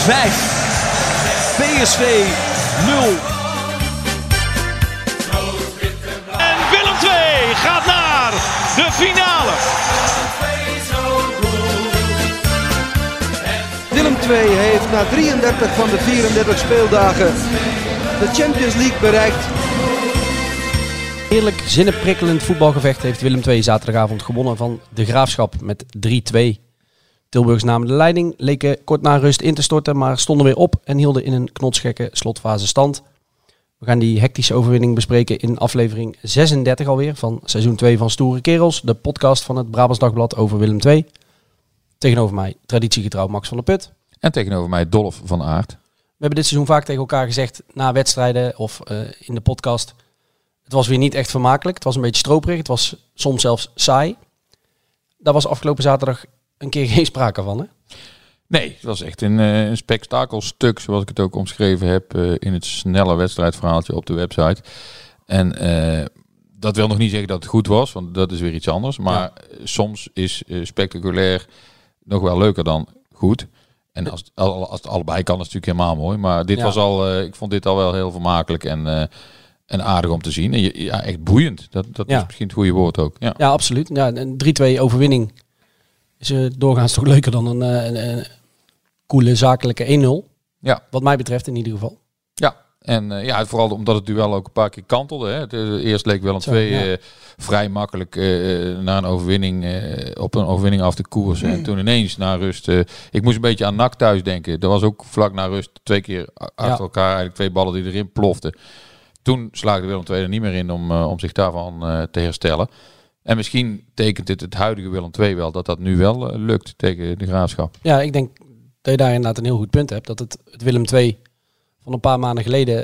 5. PSV 0. En Willem II gaat naar de finale. Willem II heeft na 33 van de 34 speeldagen de Champions League bereikt. Heerlijk zinnenprikkelend voetbalgevecht heeft Willem II zaterdagavond gewonnen van de Graafschap met 3-2. Tilburgs namen de leiding, leken kort na rust in te storten, maar stonden weer op en hielden in een knotsgekke slotfase stand. We gaan die hectische overwinning bespreken in aflevering 36 alweer van seizoen 2 van Stoere Kerels, de podcast van het Brabants Dagblad over Willem II. Tegenover mij traditiegetrouw Max van der Put. En tegenover mij Dolf van Aert. We hebben dit seizoen vaak tegen elkaar gezegd na wedstrijden of in de podcast. Het was weer niet echt vermakelijk. Het was een beetje stroperig. Het was soms zelfs saai. Daar was afgelopen zaterdag een keer geen sprake van, hè? Nee, het was echt een spektakelstuk, zoals ik het ook omschreven heb in het snelle wedstrijdverhaaltje op de website. En dat wil nog niet zeggen dat het goed was, want dat is weer iets anders. Maar soms is spectaculair nog wel leuker dan goed. En als het allebei kan, is het natuurlijk helemaal mooi. Maar dit was al, ik vond dit al wel heel vermakelijk en aardig om te zien. En echt boeiend. Dat is misschien het goede woord ook. Ja, Absoluut. Ja, een 3-2 overwinning is doorgaans toch leuker dan een coole zakelijke 1-0. Ja. Wat mij betreft in ieder geval. Ja, en vooral omdat het duel ook een paar keer kantelde. Hè. Eerst leek Willem II vrij makkelijk naar een overwinning, op een overwinning af te koersen. En toen ineens na rust, ik moest een beetje aan NAC thuis denken. Er was ook vlak na rust 2 keer achter elkaar eigenlijk 2 ballen die erin ploften. Toen slaagde Willem II er niet meer in om zich daarvan te herstellen. En misschien tekent het huidige Willem II wel dat nu wel lukt tegen de Graafschap. Ja, ik denk dat je daar inderdaad een heel goed punt hebt. Dat het Willem II van een paar maanden geleden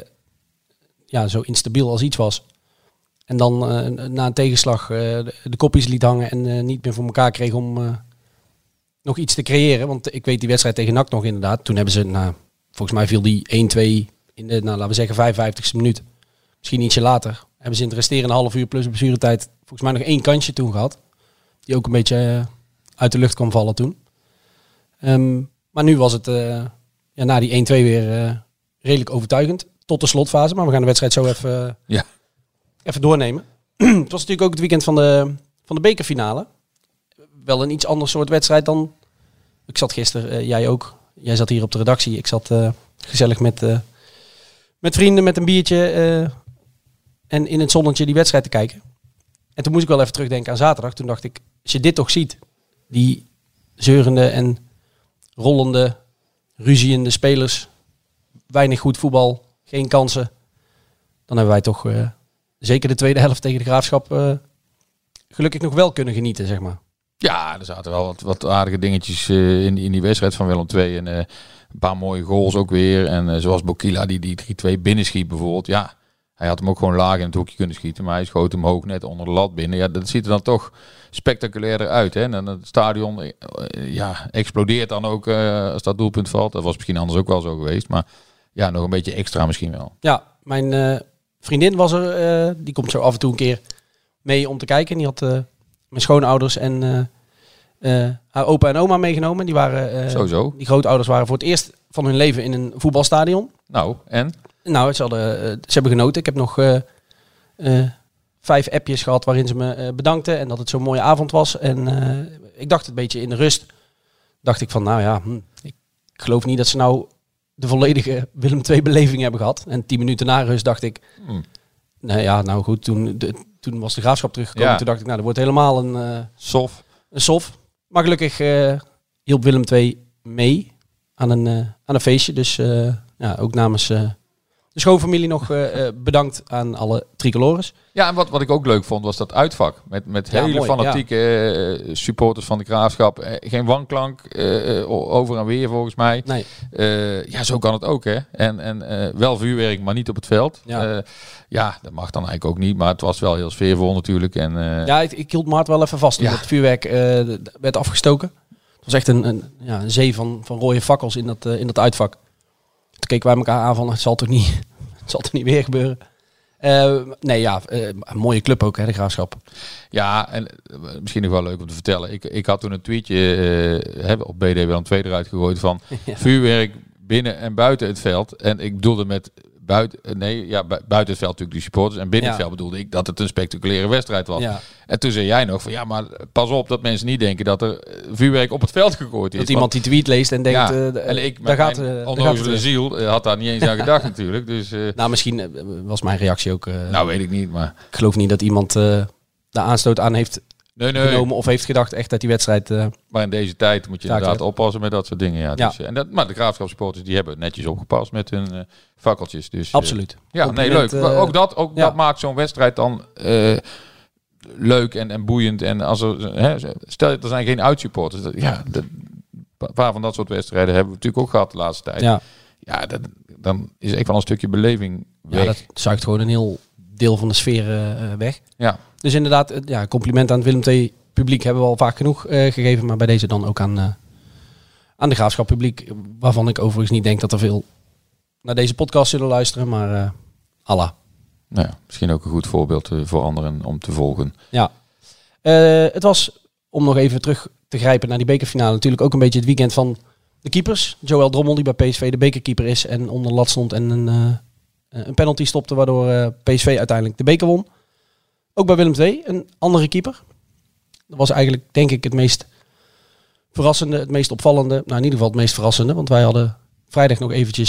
zo instabiel als iets was. En dan na een tegenslag de kopjes liet hangen en niet meer voor elkaar kreeg om nog iets te creëren. Want ik weet die wedstrijd tegen NAC nog inderdaad. Toen hebben ze, volgens mij viel die 1-2 in de, laten we zeggen, 55ste minuut. Misschien ietsje later. Hebben ze in het resterende half uur plus blessuretijd volgens mij nog 1 kansje toen gehad. Die ook een beetje uit de lucht kwam vallen toen. Maar nu was het na die 1-2 weer redelijk overtuigend. Tot de slotfase. Maar we gaan de wedstrijd zo even doornemen. Het was natuurlijk ook het weekend van de bekerfinale. Wel een iets ander soort wedstrijd dan... Ik zat gisteren, jij ook. Jij zat hier op de redactie. Ik zat gezellig met vrienden met een biertje... en in het zonnetje die wedstrijd te kijken. En toen moest ik wel even terugdenken aan zaterdag. Toen dacht ik, als je dit toch ziet... die zeurende en rollende, ruziende spelers... weinig goed voetbal, geen kansen... dan hebben wij toch zeker de tweede helft tegen de Graafschap... gelukkig nog wel kunnen genieten, zeg maar. Ja, er zaten wel wat aardige dingetjes in die wedstrijd van Willem II. En een paar mooie goals ook weer. En zoals Bokila die 3-2 binnenschiet bijvoorbeeld. Ja, hij had hem ook gewoon laag in het hoekje kunnen schieten. Maar hij schoot hem hoog net onder de lat binnen. Ja, dat ziet er dan toch spectaculairder uit. Hè? En het stadion explodeert dan ook als dat doelpunt valt. Dat was misschien anders ook wel zo geweest. Maar ja, nog een beetje extra misschien wel. Ja, mijn vriendin was er. Die komt zo af en toe een keer mee om te kijken. Die had mijn schoonouders en haar opa en oma meegenomen. Die waren Sowieso. Die grootouders waren voor het eerst van hun leven in een voetbalstadion. Nou, en? Nou, ze hebben genoten. Ik heb nog 5 appjes gehad waarin ze me bedankten. En dat het zo'n mooie avond was. En ik dacht een beetje in de rust. Dacht ik van, ik geloof niet dat ze nou de volledige Willem II beleving hebben gehad. En 10 minuten na rust dacht ik... Nou goed, toen was de Graafschap teruggekomen. Ja. Toen dacht ik, dat wordt helemaal een sof. Maar gelukkig hielp Willem II mee aan een feestje. Dus ook namens de schoonfamilie nog bedankt aan alle tricolores. Ja, en wat ik ook leuk vond was dat uitvak. Met hele fanatieke supporters van de Graafschap. Geen wanklank, over en weer volgens mij. Nee. Zo kan het ook, hè. En wel vuurwerk, maar niet op het veld. Ja. Dat mag dan eigenlijk ook niet. Maar het was wel heel sfeervol natuurlijk. En, ik hield Maart wel even vast. Omdat het vuurwerk werd afgestoken. Het was echt een zee van rode fakkels in dat uitvak. Toen keken wij elkaar aan van, het zal toch niet weer gebeuren. Een mooie club ook, hè, de Graafschap. Ja, en misschien nog wel leuk om te vertellen. Ik had toen een tweetje op BD Willem II eruit gegooid van vuurwerk binnen en buiten het veld. En ik bedoelde met buiten het veld natuurlijk de supporters. En binnen het veld bedoelde ik dat het een spectaculaire wedstrijd was. Ja. En toen zei jij nog van maar pas op dat mensen niet denken dat er vuurwerk op het veld gegooid is. Dat iemand die tweet leest en denkt, en ik daar met gaat mijn onnozele ziel had daar niet eens aan gedacht natuurlijk. Dus, nou, misschien was mijn reactie ook... nou, weet ik niet, maar... Ik geloof niet dat iemand daar aanstoot aan heeft genomen of heeft gedacht echt dat die wedstrijd... maar in deze tijd moet je inderdaad oppassen met dat soort dingen. Ja. Ja. Dus, maar de Graafschapsupporters die hebben netjes opgepast met hun fakkeltjes. Dus, Absoluut. Leuk. Ook dat maakt zo'n wedstrijd dan leuk en boeiend. En als stel er zijn geen uitsupporters. Een paar van dat soort wedstrijden hebben we natuurlijk ook gehad de laatste tijd. Ja, dan is echt wel een stukje beleving weg. Ja, dat zuigt gewoon een heel deel van de sfeer weg. Ja. Dus inderdaad, compliment aan het Willem II publiek hebben we al vaak genoeg gegeven. Maar bij deze dan ook aan de Graafschap publiek. Waarvan ik overigens niet denk dat er veel naar deze podcast zullen luisteren. Maar Allah. Nou ja, misschien ook een goed voorbeeld voor anderen om te volgen. Ja. Het was, om nog even terug te grijpen naar die bekerfinale, natuurlijk ook een beetje het weekend van de keepers. Joël Drommel, die bij PSV de bekerkeeper is en onder de lat stond en een penalty stopte, waardoor PSV uiteindelijk de beker won. Ook bij Willem II, een andere keeper. Dat was eigenlijk, denk ik, het meest verrassende, het meest opvallende. Nou, in ieder geval het meest verrassende, want wij hadden vrijdag nog eventjes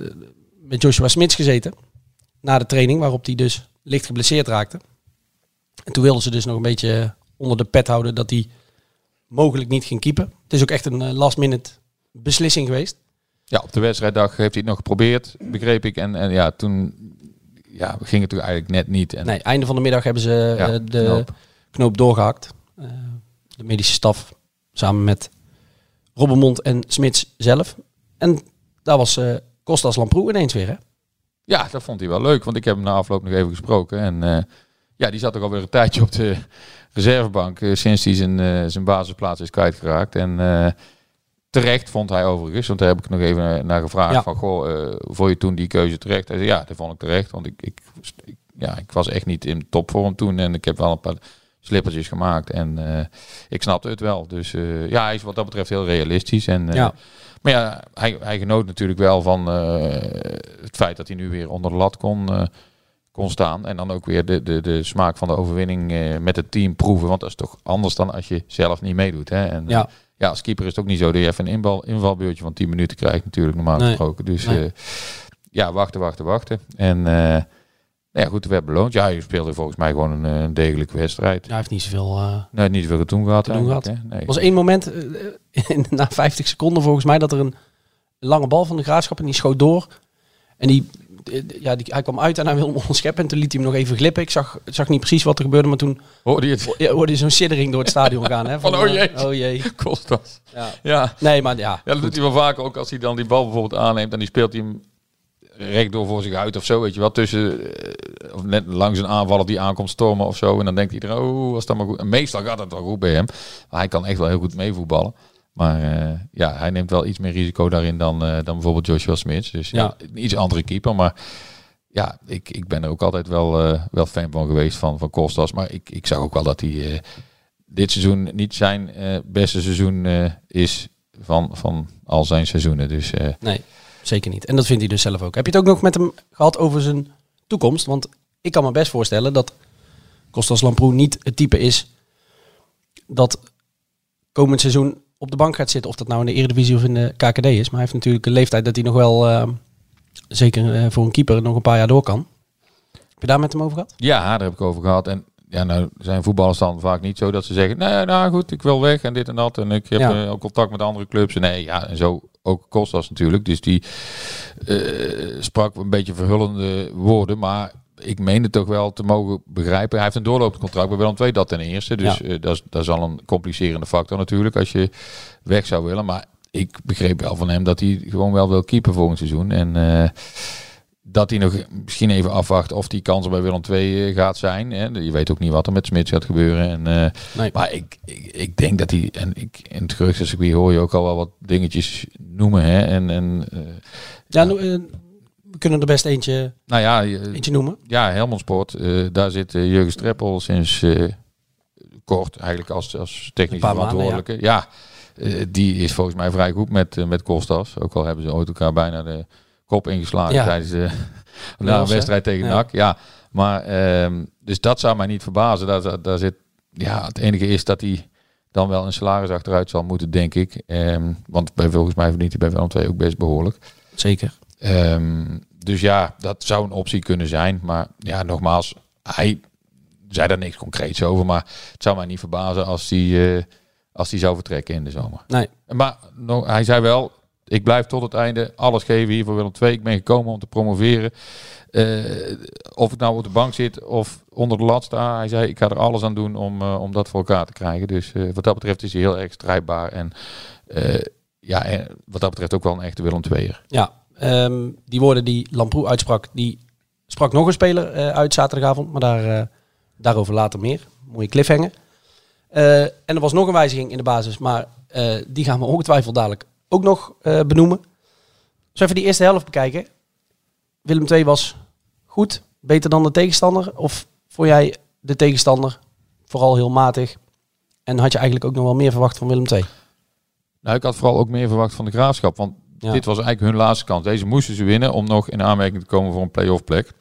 met Joshua Smits gezeten. Na de training, waarop hij dus licht geblesseerd raakte. En toen wilden ze dus nog een beetje onder de pet houden dat hij mogelijk niet ging keepen. Het is ook echt een last-minute beslissing geweest. Ja, op de wedstrijddag heeft hij het nog geprobeerd, begreep ik. En toen ging het toch eigenlijk net niet. En nee, einde van de middag hebben ze de knoop doorgehakt. De medische staf samen met Robbermond en Smits zelf. En daar was Kostas Lamproe ineens weer, hè? Ja, dat vond hij wel leuk, want ik heb hem na afloop nog even gesproken. En die zat ook alweer een tijdje op de reservebank sinds hij zijn basisplaats is kwijtgeraakt. En terecht vond hij overigens, want daar heb ik nog even naar gevraagd van, vond je toen die keuze terecht? Hij zei, ja, dat vond ik terecht, want ik was echt niet in topvorm toen en ik heb wel een paar slippertjes gemaakt en ik snapte het wel. Dus hij is wat dat betreft heel realistisch. En, maar ja, hij genoot natuurlijk wel van het feit dat hij nu weer onder de lat kon staan. En dan ook weer de smaak van de overwinning met het team proeven. Want dat is toch anders dan als je zelf niet meedoet. Hè? En, als keeper is het ook niet zo dat je even een invalbeurtje van 10 minuten krijgt natuurlijk normaal gesproken. Dus wachten. En goed, er werd beloond. Ja, hij speelde volgens mij gewoon een degelijke wedstrijd. Hij heeft niet zoveel niet zoveel te doen gehad. Er was één moment, na 50 seconden volgens mij, dat er een lange bal van de Graafschap en die schoot door. En hij kwam uit en hij wilde hem onderscheppen. En toen liet hij hem nog even glippen. Ik zag niet precies wat er gebeurde, maar toen hoorde je zo'n siddering door het stadion gaan. Hè, van oh jee. Kostas. Ja. Nee, maar ja. Ja, dat doet hij wel vaker ook als hij dan die bal bijvoorbeeld aanneemt en die speelt hij hem rechtdoor voor zich uit of zo, weet je wel, tussen of net langs een aanvaller die aankomt stormen of zo. En dan denkt iedereen, was dat maar goed. En meestal gaat het wel goed bij hem. Maar hij kan echt wel heel goed meevoetballen. Maar hij neemt wel iets meer risico daarin dan bijvoorbeeld Joshua Smits. Dus een iets andere keeper. Maar ja, ik ben er ook altijd wel fan van geweest van Kostas. Maar ik zag ook wel dat hij dit seizoen niet zijn beste seizoen is van al zijn seizoenen. Dus nee, zeker niet. En dat vindt hij dus zelf ook. Heb je het ook nog met hem gehad over zijn toekomst? Want ik kan me best voorstellen dat Kostas Lamproe niet het type is dat komend seizoen op de bank gaat zitten. Of dat nou in de Eredivisie of in de KKD is. Maar hij heeft natuurlijk een leeftijd dat hij nog wel, zeker voor een keeper, nog een paar jaar door kan. Heb je daar met hem over gehad? Ja, daar heb ik over gehad. En ja, nou zijn voetballers dan vaak niet zo dat ze zeggen, nee, nou goed, ik wil weg en dit en dat. En ik heb ook contact met andere clubs. En zo ook Kostas natuurlijk. Dus die sprak een beetje verhullende woorden. Maar ik meende toch wel te mogen begrijpen. Hij heeft een doorlopend contract bij Willem II, dat ten eerste. Dus dat is al een complicerende factor natuurlijk als je weg zou willen. Maar ik begreep wel van hem dat hij gewoon wel wil keeper volgend seizoen. En dat hij nog misschien even afwacht of die kans er bij Willem II gaat zijn. Hè. Je weet ook niet wat er met Smits gaat gebeuren. En, maar ik denk dat hij, en in het geruchtencircuit hoor je ook al wel wat dingetjes noemen. Hè. We kunnen er best eentje noemen. Ja, Helmond Sport. Daar zit Jurgen Streppel sinds kort eigenlijk als technisch verantwoordelijke. Die is volgens mij vrij goed met Kostas. Ook al hebben ze ooit elkaar bijna de kop ingeslagen tijdens een wedstrijd tegen NAC. Ja, maar dus dat zou mij niet verbazen. Daar zit, het enige is dat hij dan wel een salaris achteruit zal moeten, denk ik. Want volgens mij verdient hij bij Willem II ook best behoorlijk. Zeker. Dus ja, dat zou een optie kunnen zijn. Maar ja, nogmaals, hij zei daar niks concreets over. Maar het zou mij niet verbazen als hij zou vertrekken in de zomer. Nee. Maar hij zei wel, ik blijf tot het einde alles geven hier voor Willem II. Ik ben gekomen om te promoveren. Of ik nou op de bank zit of onder de lat sta. Hij zei, ik ga er alles aan doen om dat voor elkaar te krijgen. Dus wat dat betreft is hij heel erg strijdbaar. En wat dat betreft ook wel een echte Willem II'er. Ja, die woorden die Lamproe uitsprak, die sprak nog een speler uit zaterdagavond. Maar daarover later meer. Mooie cliffhanger. En er was nog een wijziging in de basis. Maar die gaan we ongetwijfeld dadelijk ook nog benoemen. Dus even die eerste helft bekijken. Willem II was goed, beter dan de tegenstander? Of vond jij de tegenstander vooral heel matig? En had je eigenlijk ook nog wel meer verwacht van Willem II? Nou, ik had vooral ook meer verwacht van de Graafschap. Want dit was eigenlijk hun laatste kans. Deze moesten ze winnen om nog in aanmerking te komen voor een play-off plek.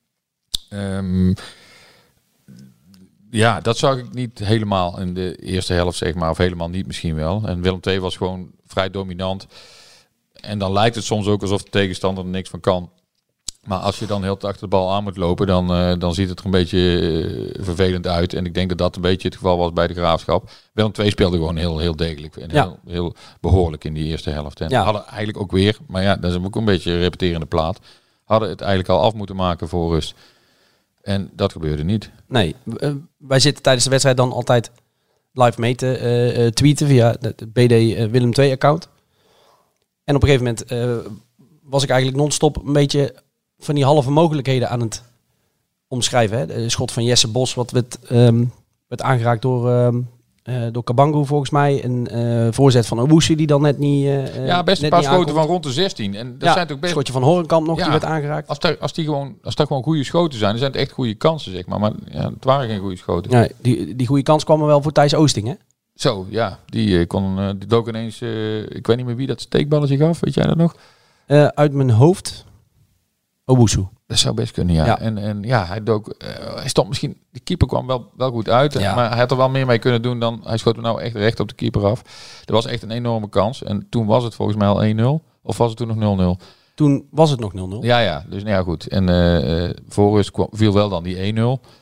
Dat zag ik niet helemaal in de eerste helft, zeg maar. Of helemaal niet misschien wel. En Willem II was gewoon vrij dominant. En dan lijkt het soms ook alsof de tegenstander er niks van kan. Maar als je dan heel de achter de bal aan moet lopen, dan ziet het er een beetje vervelend uit. En ik denk dat dat een beetje het geval was bij de Graafschap. Willem II speelde gewoon heel degelijk en heel behoorlijk in die eerste helft. En hadden eigenlijk ook weer, maar ja, dat is ook een beetje een repeterende plaat. Hadden het eigenlijk al af moeten maken voor rust. En dat gebeurde niet. Nee, wij zitten tijdens de wedstrijd dan altijd live mee te tweeten via het BD Willem II account. En op een gegeven moment was ik eigenlijk non-stop een beetje van die halve mogelijkheden aan het omschrijven. Hè. De schot van Jesse Bos, wat werd aangeraakt door Kabangu volgens mij. Een voorzet van Owusu die dan net niet best een paar schoten van rond de 16. En dat zijn ook best... schotje van Horenkamp nog, die werd aangeraakt. Als dat gewoon goede schoten zijn, dan zijn het echt goede kansen, zeg maar. Maar het waren geen goede schoten. Ja, die goede kans kwam er wel voor Thijs Oosting, hè? Zo, ja. Die dook ineens... ik weet niet meer wie dat steekballetje gaf. Weet jij dat nog? Uit mijn hoofd... Owusu. Dat zou best kunnen, ja. En hij dook... hij stond misschien... De keeper kwam wel goed uit. Ja. Maar hij had er wel meer mee kunnen doen dan... Hij schoot er nou echt recht op de keeper af. Dat was echt een enorme kans. En toen was het volgens mij al 1-0. Of was het toen nog 0-0? Toen was het nog 0-0. Ja. Dus nou ja, goed. En voor rust viel wel dan die 1-0.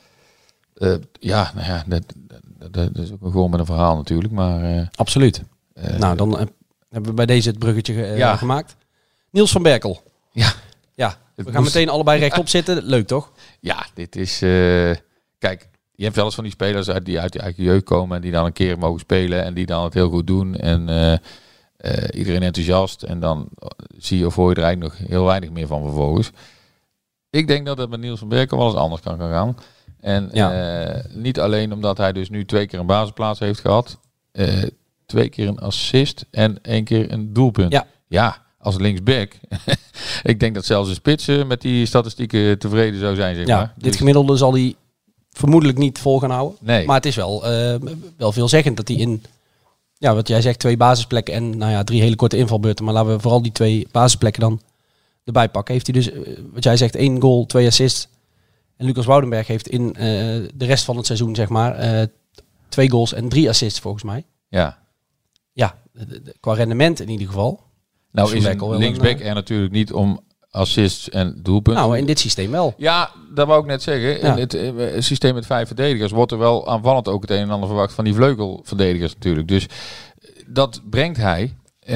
Dat is ook een goal met een verhaal natuurlijk. Maar, absoluut. Nou, dan hebben we bij deze het bruggetje gemaakt. Niels van Berkel. Ja, we gaan meteen allebei rechtop zitten. Leuk, toch? Ja, dit is... kijk, je hebt wel eens van die spelers die uit je eigen jeugd komen... en die dan een keer mogen spelen en die dan het heel goed doen. En iedereen enthousiast. En dan zie je of hoor je er eigenlijk nog heel weinig meer van vervolgens. Ik denk dat het met Niels van Berkel wel eens anders kan gaan. En niet alleen omdat hij dus nu 2 keer een basisplaats heeft gehad. 2 keer een assist en 1 keer een doelpunt. Ja, als linksback. Ik denk dat zelfs een spits met die statistieken tevreden zou zijn, zeg maar. Dit gemiddelde zal hij vermoedelijk niet vol gaan houden. Nee. Maar het is wel veelzeggend dat hij in, wat jij zegt, 2 basisplekken en 3 hele korte invalbeurten. Maar laten we vooral die 2 basisplekken dan erbij pakken. Heeft hij dus, wat jij zegt, 1 goal, 2 assists. En Lucas Woudenberg heeft in de rest van het seizoen, zeg maar, 2 goals en 3 assists volgens mij. Ja, qua rendement in ieder geval. Nou is een linksback er natuurlijk niet om assists en doelpunten. Nou, in dit systeem wel. Ja, dat wou ik net zeggen. In het systeem met 5 verdedigers wordt er wel aanvallend ook het een en ander verwacht van die vleugelverdedigers natuurlijk. Dus dat brengt hij.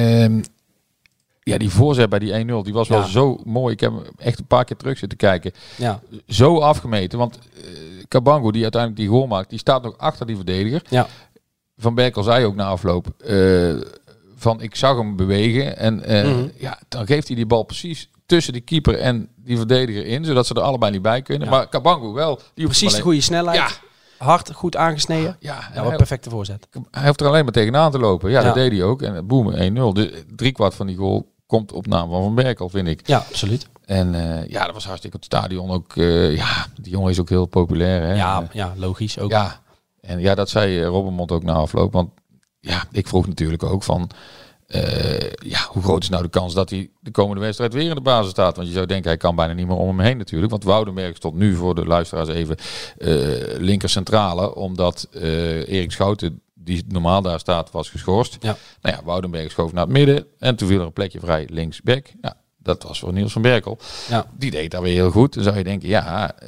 Die voorzet bij die 1-0, die was wel zo mooi. Ik heb hem echt een paar keer terug zitten kijken. Ja. Zo afgemeten, want Kabangu, die uiteindelijk die goal maakt, die staat nog achter die verdediger. Ja. Van Berkel zei ook na afloop... van ik zag hem bewegen en dan geeft hij die bal precies tussen de keeper en die verdediger in, zodat ze er allebei niet bij kunnen. Maar Kabangu wel. Die precies de goede snelheid. Ja. Hard, goed aangesneden. Wat perfecte voorzet. Hij hoeft er alleen maar tegenaan te lopen. Ja, dat deed hij ook. En boem, 1-0. Dus 3/4 van die goal komt op naam van Berkel, vind ik. Ja, absoluut. En dat was hartstikke op het stadion ook. Die jongen is ook heel populair. Hè? Ja, logisch ook. Ja, en dat zei Robbenmond ook na afloop, want ik vroeg natuurlijk ook van... hoe groot is nou de kans dat hij de komende wedstrijd weer in de basis staat? Want je zou denken, hij kan bijna niet meer om hem heen natuurlijk. Want Woudenberg stond nu voor de luisteraars even linker centrale. Omdat Erik Schouten, die normaal daar staat, was geschorst. Ja. Nou ja, Woudenberg schoof naar het midden. En toen viel er een plekje vrij linksback. Ja, dat was voor Niels van Berkel. Ja. Die deed daar weer heel goed. Dan zou je denken,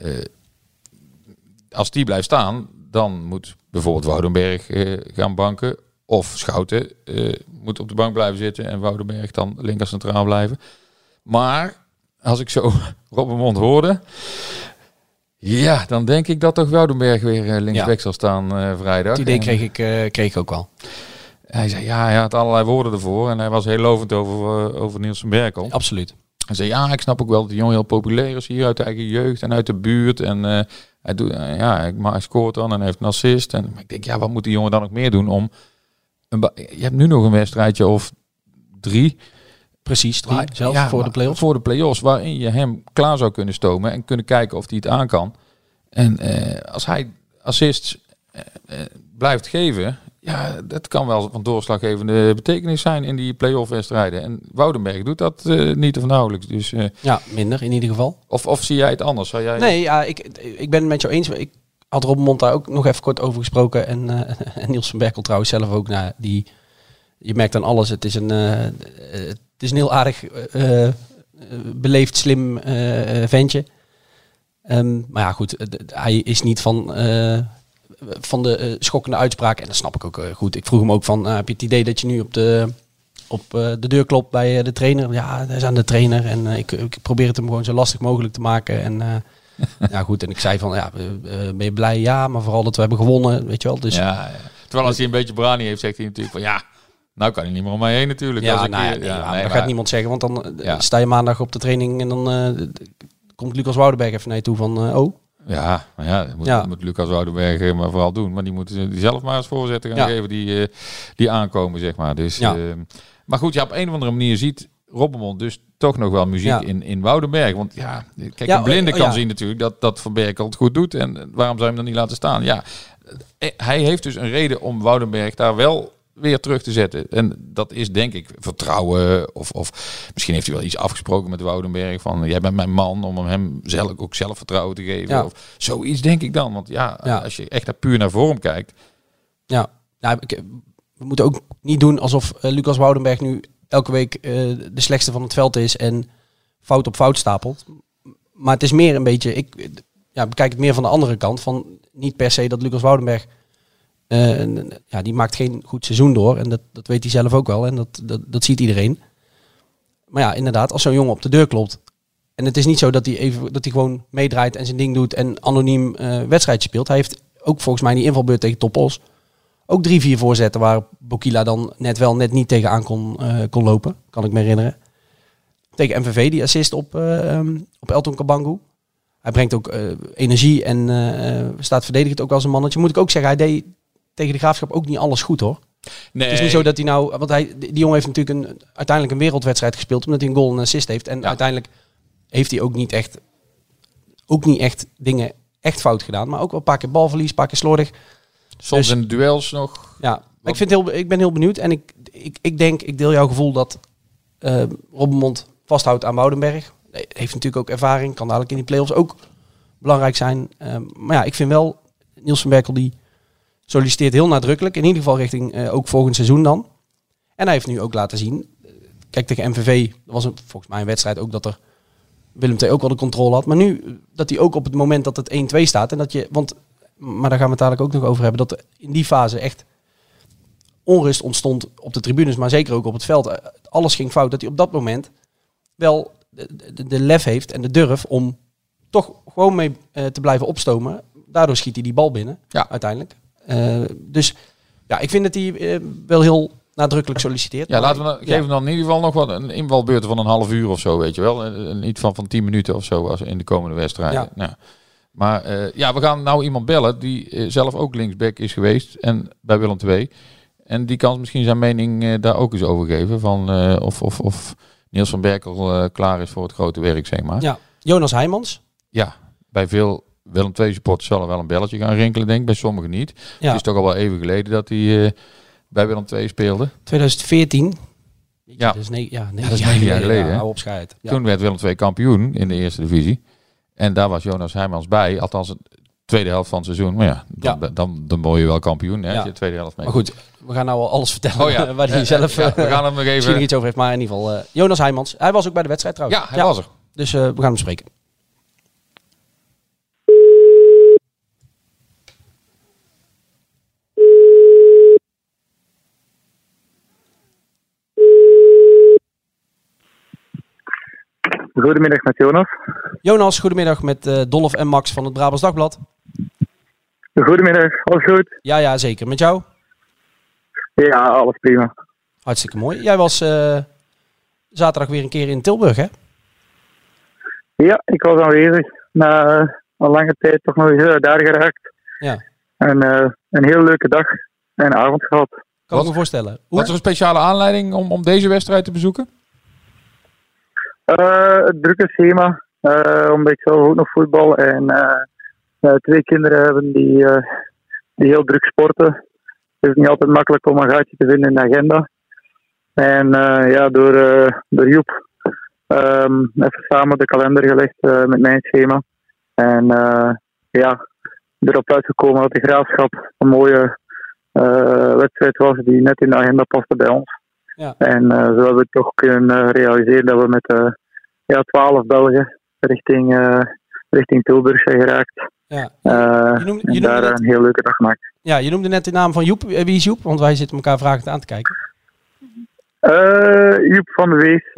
als die blijft staan, dan moet bijvoorbeeld Woudenberg gaan banken. Of Schouten moet op de bank blijven zitten en Woudenberg dan linker centraal blijven. Maar als ik zo Robbenmond hoorde, dan denk ik dat toch Woudenberg weer linksback zal staan vrijdag. Het idee kreeg ik ook wel. Hij zei, hij had allerlei woorden ervoor en hij was heel lovend over Niels van Berkel. Absoluut. Hij zei, ik snap ook wel dat die jongen heel populair is hier uit de eigen jeugd en uit de buurt. En hij scoort dan en heeft een assist. Maar ik denk, wat moet die jongen dan nog meer doen om... Je hebt nu nog een wedstrijdje of 3. Precies, 3 zelfs voor de play-offs. Voor de play-offs, waarin je hem klaar zou kunnen stomen en kunnen kijken of hij het aan kan. En als hij assists blijft geven, dat kan wel van doorslaggevende betekenis zijn in die play-off wedstrijden. En Woudenberg doet dat niet of nauwelijks. Dus, minder in ieder geval. Of zie jij het anders? Zou jij... Nee, ik ben het met jou eens. Ik had Robbenmond daar ook nog even kort over gesproken. En Niels van Berkel trouwens zelf ook. Je merkt aan alles. Het is een heel aardig, beleefd, slim ventje. Maar ja, goed. Hij is niet van de schokkende uitspraken. En dat snap ik ook goed. Ik vroeg hem ook van, heb je het idee dat je nu op de deur klopt bij de trainer? Ja, hij is aan de trainer. En ik probeer het hem gewoon zo lastig mogelijk te maken. En... ja goed, en ik zei van, ben je blij? Ja, maar vooral dat we hebben gewonnen, weet je wel. Dus, terwijl als hij een beetje brani heeft, zegt hij natuurlijk van nou kan hij niet meer om mij heen natuurlijk. Dat gaat niemand zeggen, want dan sta je maandag op de training en dan komt Lucas Woudenberg even naar je toe van, moet Lucas Woudenberg maar vooral doen. Maar die moeten die zelf maar eens voorzetten gaan geven die aankomen, zeg maar. Dus, maar goed, op een of andere manier ziet Robbenmond dus toch nog wel muziek in Woudenberg. Want kijk, een blinde kan zien natuurlijk dat Van Berkel het goed doet. En waarom zou je hem dan niet laten staan? Ja, hij heeft dus een reden om Woudenberg daar wel weer terug te zetten. En dat is denk ik vertrouwen. Of misschien heeft hij wel iets afgesproken met Woudenberg. Van, jij bent mijn man, om hem ook zelfvertrouwen te geven. Ja. Of zoiets denk ik dan. Want als je echt puur naar vorm kijkt. We moeten ook niet doen alsof Lucas Woudenberg nu elke week de slechtste van het veld is en fout op fout stapelt. Maar het is meer een beetje, bekijk het meer van de andere kant. Van niet per se dat Lucas Woudenberg, die maakt geen goed seizoen door. En dat weet hij zelf ook wel. En dat ziet iedereen. Maar ja, inderdaad, als zo'n jongen op de deur klopt. En het is niet zo dat hij gewoon meedraait en zijn ding doet en anoniem wedstrijdje speelt. Hij heeft ook volgens mij in die invalbeurt tegen Topos ook 3-4 voorzetten waar Bokila dan net niet tegenaan kon lopen. Kan ik me herinneren. Tegen MVV die assist op Elton Kabangu. Hij brengt ook energie en staat verdedigend ook als een mannetje. Moet ik ook zeggen, hij deed tegen de Graafschap ook niet alles goed hoor. Nee. Het is niet zo dat hij nou... Want die jongen heeft natuurlijk uiteindelijk een wereldwedstrijd gespeeld omdat hij een goal en een assist heeft. En uiteindelijk heeft hij ook niet echt dingen echt fout gedaan. Maar ook wel een paar keer balverlies, een paar keer slordig. Soms in de duels nog. Ja, maar ik ben heel benieuwd. En ik deel jouw gevoel dat Robbenmond vasthoudt aan Woudenberg. Heeft natuurlijk ook ervaring. Kan dadelijk in die play-offs ook belangrijk zijn. Maar ja, ik vind wel, Niels van Berkel die solliciteert heel nadrukkelijk. In ieder geval richting ook volgend seizoen dan. En hij heeft nu ook laten zien. Kijk, tegen MVV was volgens mij een wedstrijd ook dat er Willem II ook wel de controle had. Maar nu dat hij ook op het moment dat het 1-2 staat. En dat je, maar daar gaan we het dadelijk ook nog over hebben. Dat er in die fase echt onrust ontstond op de tribunes. Maar zeker ook op het veld. Alles ging fout. Dat hij op dat moment wel de lef heeft en de durf om toch gewoon mee te blijven opstomen. Daardoor schiet hij die bal binnen. Ja. Uiteindelijk. Dus ja, ik vind dat hij wel heel nadrukkelijk solliciteert. Ja, laten we geven dan in ieder geval nog wat een invalbeurt van een half uur of zo, weet je wel. Niet van 10 minuten of zo als in de komende wedstrijden. Ja. Nou, maar we gaan nou iemand bellen die zelf ook linksback is geweest en bij Willem II. En die kan misschien zijn mening daar ook eens over geven. Van of Niels van Berkel klaar is voor het grote werk, zeg maar. Ja, Jonas Heijmans. Ja, bij veel Willem II supporters zal er wel een belletje gaan rinkelen, denk ik. Bij sommigen niet. Ja. Het is toch al wel even geleden dat hij bij Willem II speelde. 2014. Ja. Dat is 9 jaar geleden. Ja, hou op schijt. Ja. Toen werd Willem II kampioen in de eerste divisie. En daar was Jonas Heijmans bij. Althans, de tweede helft van het seizoen. Maar ja, dan word je wel kampioen. Hè, als je de tweede helft mee. Maar goed, we gaan nou al alles vertellen waar hij zelf we gaan hem nog even... misschien nog iets over heeft. Maar in ieder geval, Jonas Heijmans. Hij was ook bij de wedstrijd trouwens. Ja, hij was er. Dus we gaan hem spreken. Goedemiddag met Jonas. Jonas, goedemiddag met Dolf en Max van het Brabants Dagblad. Goedemiddag, alles goed? Ja, zeker. Met jou? Ja, alles prima. Hartstikke mooi. Jij was zaterdag weer een keer in Tilburg, hè? Ja, ik was aanwezig. Na een lange tijd toch nog eens daar geraakt. Ja. En een heel leuke dag en avond gehad. Kan ik me voorstellen. Was er een speciale aanleiding om deze wedstrijd te bezoeken? Het drukke schema. Omdat ik zelf ook nog voetbal en 2 kinderen hebben die heel druk sporten. Het is niet altijd makkelijk om een gaatje te vinden in de agenda. En door Joep even samen de kalender gelegd met mijn schema. En erop uitgekomen dat de Graafschap een mooie wedstrijd was die net in de agenda paste bij ons. Ja. En zo hebben we toch kunnen realiseren dat we met 12 Belgen richting Tilburg zijn geraakt. Ja. Je daar een heel leuke dag gemaakt. Ja, je noemde net de naam van Joep. Wie is Joep? Want wij zitten elkaar vragend aan te kijken. Joep van de Wees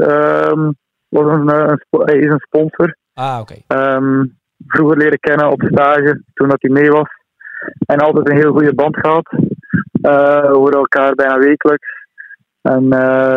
is een sponsor. Ah, oké. Vroeger leren kennen op stage, toen dat hij mee was. En altijd een heel goede band gehad. We horen elkaar bijna wekelijks. En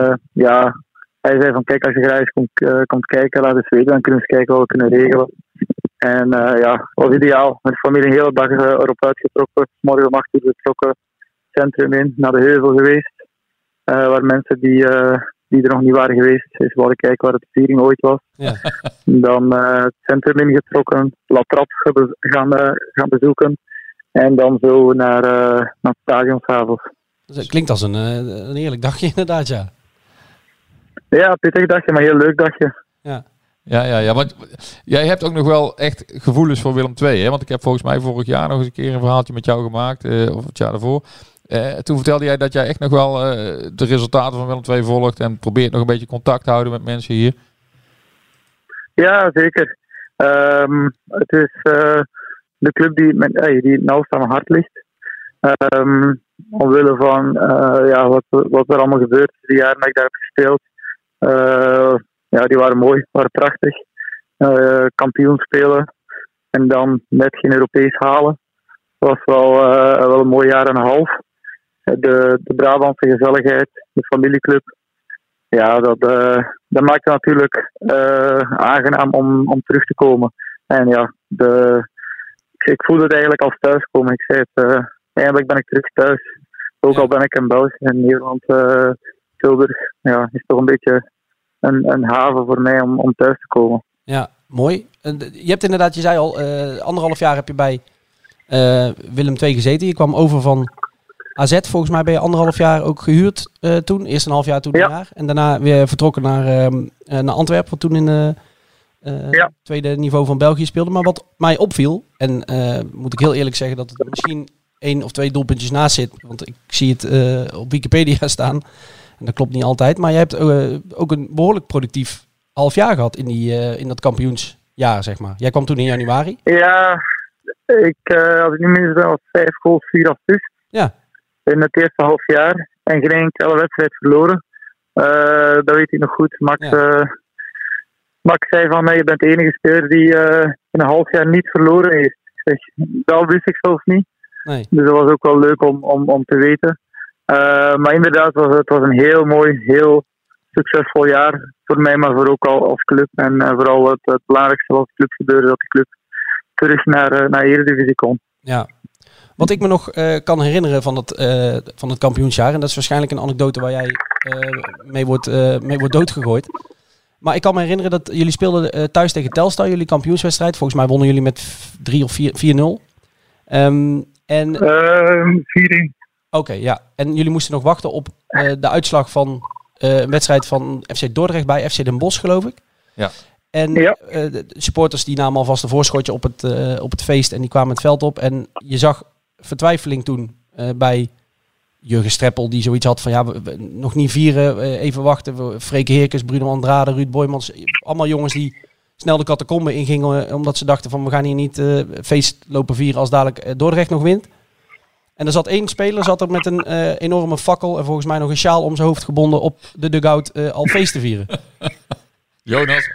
hij zei van kijk, als je graag eens komt kijken, laat eens weten. Dan kunnen we eens kijken wat we kunnen regelen. En het was ideaal. Met de familie een hele dag erop uitgetrokken. Morgen om 8 uur vertrokken het centrum in, naar de heuvel geweest. Waar mensen die er nog niet waren geweest, eens wilden kijken waar de viering ooit was. Ja. Dan het centrum ingetrokken, La Trappe gaan bezoeken. En dan zo naar het stadion s'avonds. Dat klinkt als een heerlijk dagje inderdaad, ja. Ja, pittig dagje, maar heel leuk dagje. Ja. Ja, want jij hebt ook nog wel echt gevoelens voor Willem II, hè? Want ik heb volgens mij vorig jaar nog eens een keer een verhaaltje met jou gemaakt, of het jaar daarvoor. Toen vertelde jij dat jij echt nog wel de resultaten van Willem II volgt en probeert nog een beetje contact te houden met mensen hier. Ja, zeker. Het is de club die het nauwst aan mijn hart ligt. Omwille van wat er allemaal gebeurd is de jaren dat ik daar heb gespeeld. Die waren mooi, waren prachtig. Kampioen spelen en dan net geen Europees halen. Dat was wel een mooi jaar en een half. De Brabantse gezelligheid, de familieclub. Ja, dat maakt het natuurlijk aangenaam om terug te komen. En ja, ik voelde het eigenlijk als thuiskomen. Ik zei het, eindelijk ben ik terug thuis. Ook al ben ik in België en Nederland, Tilburg, is toch een beetje een haven voor mij om thuis te komen. Ja, mooi. Je hebt inderdaad, je zei al, 1,5 jaar heb je bij Willem II gezeten. Je kwam over van AZ. Volgens mij ben je 1,5 jaar ook gehuurd toen. Eerst een half jaar, toen een jaar. En daarna weer vertrokken naar Antwerpen, wat toen in het tweede niveau van België speelde. Maar wat mij opviel, en moet ik heel eerlijk zeggen dat het misschien 1 of 2 doelpuntjes naast zit. Want ik zie het op Wikipedia staan. En dat klopt niet altijd. Maar jij hebt ook een behoorlijk productief half jaar gehad in dat kampioensjaar, zeg maar. Jij kwam toen in januari. Ja, als ik niet mis ben, was 5 goals, 4 assists. Ja. In het eerste half jaar. En geen enkele wedstrijd verloren. Dat weet ik nog goed. Max zei van, je bent de enige speler die in een half jaar niet verloren heeft. Ik zeg, dat wist ik zelfs niet. Nee. Dus dat was ook wel leuk om te weten. Maar inderdaad, het was een heel mooi, heel succesvol jaar voor mij, maar voor ook al als club. En vooral het belangrijkste wat de club gebeurde, dat de club terug naar Eredivisie kon. Ja. Wat ik me nog kan herinneren van het kampioensjaar, en dat is waarschijnlijk een anekdote waar jij mee wordt doodgegooid. Maar ik kan me herinneren dat jullie speelden thuis tegen Telstar, jullie kampioenswedstrijd. Volgens mij wonnen jullie met 3 of 4-0. 4-1. Oké, ja. En jullie moesten nog wachten op de uitslag van een wedstrijd van FC Dordrecht bij FC Den Bosch, geloof ik. Ja. En de supporters die namen alvast een voorschotje op het feest en die kwamen het veld op. En je zag vertwijfeling toen bij Jurgen Streppel, die zoiets had van we nog niet vieren, even wachten. Freke Heerkens, Bruno Andrade, Ruud Boymans, allemaal jongens die snel de catacombe ingingen omdat ze dachten van we gaan hier niet feest lopen vieren als dadelijk Dordrecht nog wint. En er zat één speler met een enorme fakkel en volgens mij nog een sjaal om zijn hoofd gebonden op de dugout al feest te vieren. Jonas?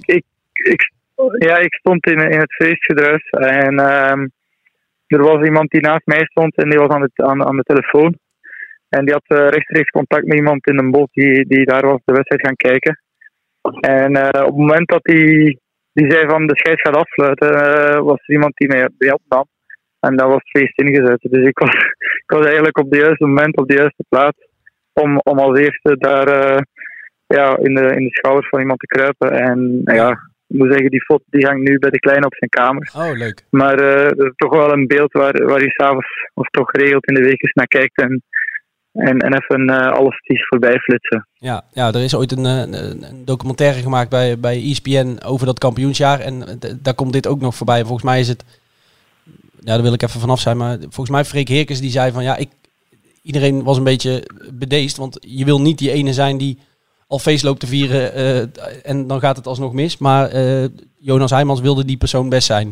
Ik stond in het feestgedruis en er was iemand die naast mij stond en die was aan de telefoon. En die had rechtstreeks contact met iemand in Den Bosch die daar was de wedstrijd gaan kijken. En op het moment dat die zei van de scheids gaat afsluiten, was er iemand die mij opnam. En dat was het feest ingezet. Dus ik was eigenlijk op het juiste moment, op de juiste plaats, om als eerste daar in de schouders van iemand te kruipen. En ik moet zeggen, die foto die hangt nu bij de kleine op zijn kamer. Oh, leuk. Maar dat is toch wel een beeld waar je s'avonds of toch geregeld in de week eens naar kijkt en even alles die voorbij flitsen. Ja, er is ooit een documentaire gemaakt bij ESPN over dat kampioensjaar. En daar komt dit ook nog voorbij. Volgens mij is het, daar wil ik even vanaf zijn, maar volgens mij Freek Heerkens die zei van iedereen was een beetje bedeesd. Want je wil niet die ene zijn die al feest loopt te vieren en dan gaat het alsnog mis. Maar Jonas Heijmans wilde die persoon best zijn.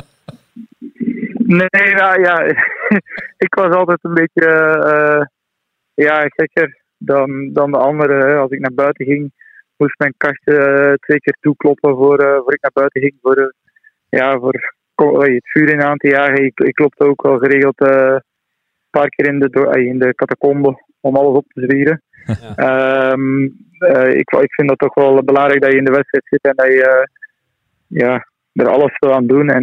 Nee, ik was altijd een beetje gekker dan de anderen. Als ik naar buiten ging, moest mijn kastje 2 keer toekloppen voor ik naar buiten ging. Voor het vuur in aan te jagen. Ik klopte ook wel geregeld een paar keer in de catacombe om alles op te zwieren. Ja. Ik vind dat toch wel belangrijk dat je in de wedstrijd zit en dat je er alles wil aan doen.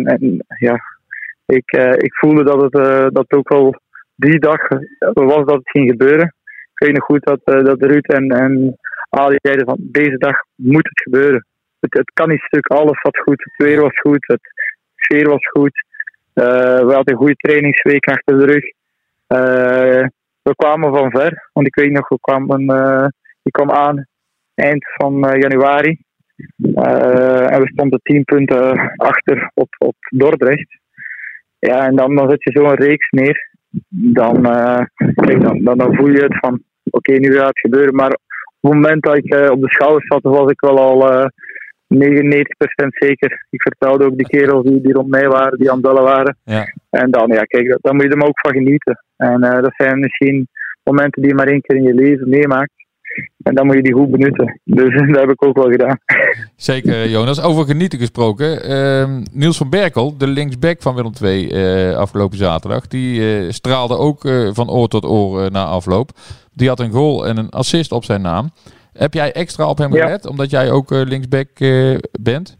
Ik voelde dat ook wel die dag was dat het ging gebeuren. Ik weet nog goed dat Ruud en Ali zeiden van deze dag moet het gebeuren. Het kan niet stuk, alles was goed, het weer was goed, het sfeer was goed. We hadden een goede trainingsweek achter de rug. We kwamen van ver, want ik weet nog, ik kwam aan eind van januari. En we stonden 10 punten achter op Dordrecht. Ja, en dan zet je zo'n reeks neer. Dan voel je het van, oké, nu gaat het gebeuren. Maar op het moment dat ik op de schouders zat, was ik wel al 99% zeker. Ik vertelde ook die kerels die rond mij waren, die aan het bellen waren. Ja. En dan moet je er maar ook van genieten. En dat zijn misschien momenten die je maar 1 keer in je leven meemaakt. En dan moet je die goed benutten. Dus dat heb ik ook wel gedaan. Zeker, Jonas. Over genieten gesproken. Niels van Berkel, de linksback van Willem II afgelopen zaterdag, die straalde ook van oor tot oor na afloop. Die had een goal en een assist op zijn naam. Heb jij extra op hem gelet, omdat jij ook linksback bent?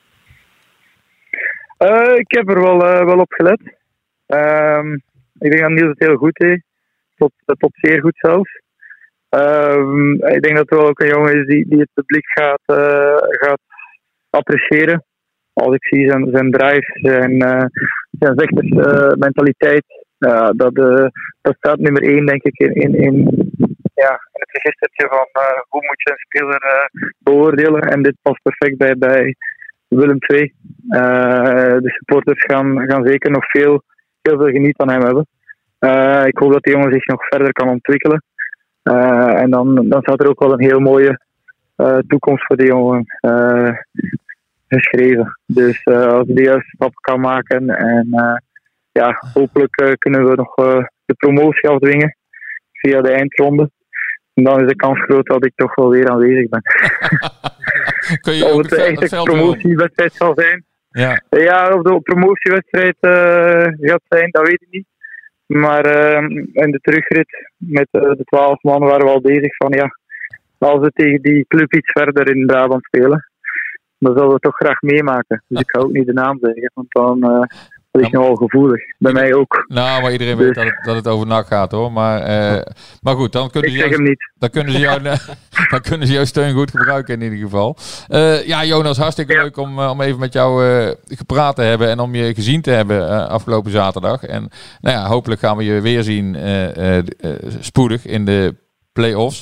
Ik heb er wel op gelet. Ik denk dat Niels het heel goed deed. Tot zeer goed zelfs. Ik denk dat er wel ook een jongen is die het publiek gaat appreciëren. Als ik zie zijn drive, zijn vechtersmentaliteit, dat staat nummer 1 denk ik in het registertje van hoe moet je een speler beoordelen. En dit past perfect bij Willem II. De supporters gaan zeker nog heel veel geniet aan hem hebben. Ik hoop dat die jongen zich nog verder kan ontwikkelen. En dan staat er ook wel een heel mooie toekomst voor die jongen geschreven. Dus als hij de juiste stappen kan maken en hopelijk kunnen we nog de promotie afdwingen via de eindronde. En dan is de kans groot dat ik toch wel weer aanwezig ben. Kun je ook of het echt een promotiewedstrijd zal zijn. Ja, of de promotiewedstrijd gaat zijn, dat weet ik niet. Maar in de terugrit met de 12 man waren we al bezig van als we tegen die club iets verder in Brabant spelen, dan zullen we het toch graag meemaken. Dus ik ga ook niet de naam zeggen, want dan ligt nogal gevoelig. Bij mij ook. Nou, maar iedereen weet dat het over NAC gaat, hoor. Maar goed, dan kunnen Ik zeg hem niet. Dan kunnen ze jouw steun goed gebruiken in ieder geval. Jonas, hartstikke leuk om even met jou gepraat te hebben en om je gezien te hebben afgelopen zaterdag. En hopelijk gaan we je weer zien spoedig in de play-offs.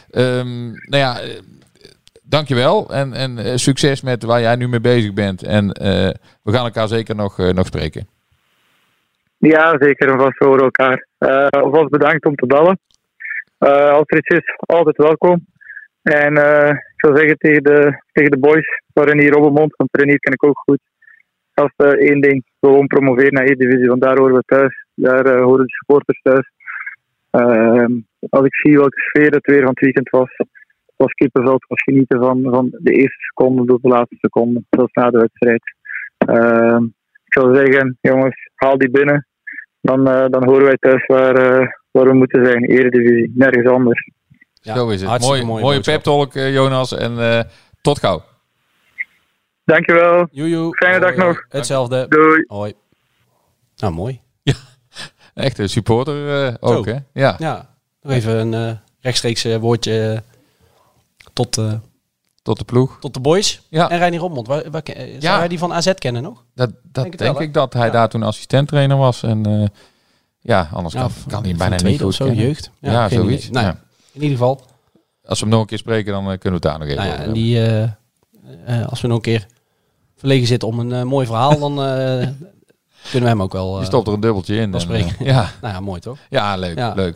Dankjewel en succes met waar jij nu mee bezig bent. En we gaan elkaar zeker nog spreken. Ja, zeker en vast voor elkaar. Alvast bedankt om te bellen. Als er iets is, altijd welkom. En ik zou zeggen tegen de boys, Renier Robbenmond, want Renier ken ik ook goed. Als één ding, gewoon promoveren naar Eredivisie, want daar horen we thuis. Daar horen de supporters thuis. Als ik zie welke sfeer het weer van het weekend was kippenveld, was genieten van de eerste seconde tot de laatste seconde, zelfs na de wedstrijd. Ik zou zeggen, jongens, haal die binnen. Dan horen wij thuis waar we moeten zijn, Eredivisie, nergens anders. Ja, zo is het. Mooie pep-talk, Jonas, en tot gauw. Dankjewel. Joejoe. Fijne dag nog. Hetzelfde. Doei. Hoi. Nou, mooi. Ja, echt een supporter ook, hè? Ja. Nog even een rechtstreeks woordje tot de ploeg. Tot de boys. Ja. En Reinier Robbenmond. Zou hij die van AZ kennen nog? Dat denk ik dat hij daar toen assistenttrainer was. En anders kan hij bijna niet goed of zo, kennen. jeugd. Ja, zoiets. Nou, in ieder geval. Als we hem nog een keer spreken, dan kunnen we het daar nog even over hebben. En als we nog een keer verlegen zitten om een mooi verhaal, dan kunnen we hem ook wel je stopt er een dubbeltje in. Spreken. Ja. Nou ja, mooi toch? Ja, leuk. Leuk.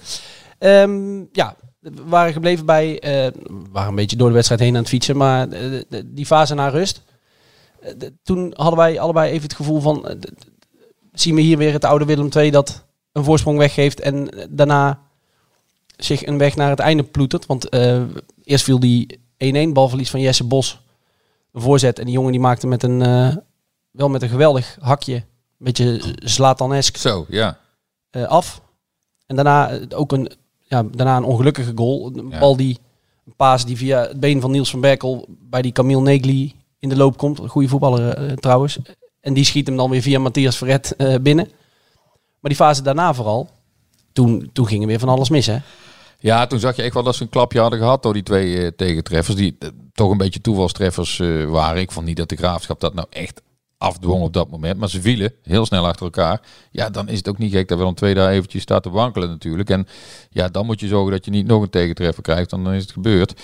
We waren gebleven bij, waren een beetje door de wedstrijd heen aan het fietsen, maar die fase na rust. Toen hadden wij allebei even het gevoel van, zien we hier weer het oude Willem II dat een voorsprong weggeeft en daarna zich een weg naar het einde ploetert. Want eerst viel die 1-1 balverlies van Jesse Bos, een voorzet, en die jongen die maakte met wel met een geweldig hakje, een beetje Zlatan-esk, af. En daarna ook daarna een ongelukkige goal. Een bal een paas die via het been van Niels van Berkel bij die Camille Negli in de loop komt. Een goede voetballer trouwens. En die schiet hem dan weer via Matthias Verret binnen. Maar die fase daarna vooral, toen ging er weer van alles mis, hè? Ja, toen zag je echt wel dat ze een klapje hadden gehad door die twee tegentreffers. Die toch een beetje toevalstreffers waren. Ik vond niet dat de Graafschap dat nou echt afdwong op dat moment. Maar ze vielen heel snel achter elkaar. Ja, dan is het ook niet gek dat Willem II daar eventjes staat te wankelen natuurlijk. En ja, dan moet je zorgen dat je niet nog een tegentreffer krijgt. Dan is het gebeurd.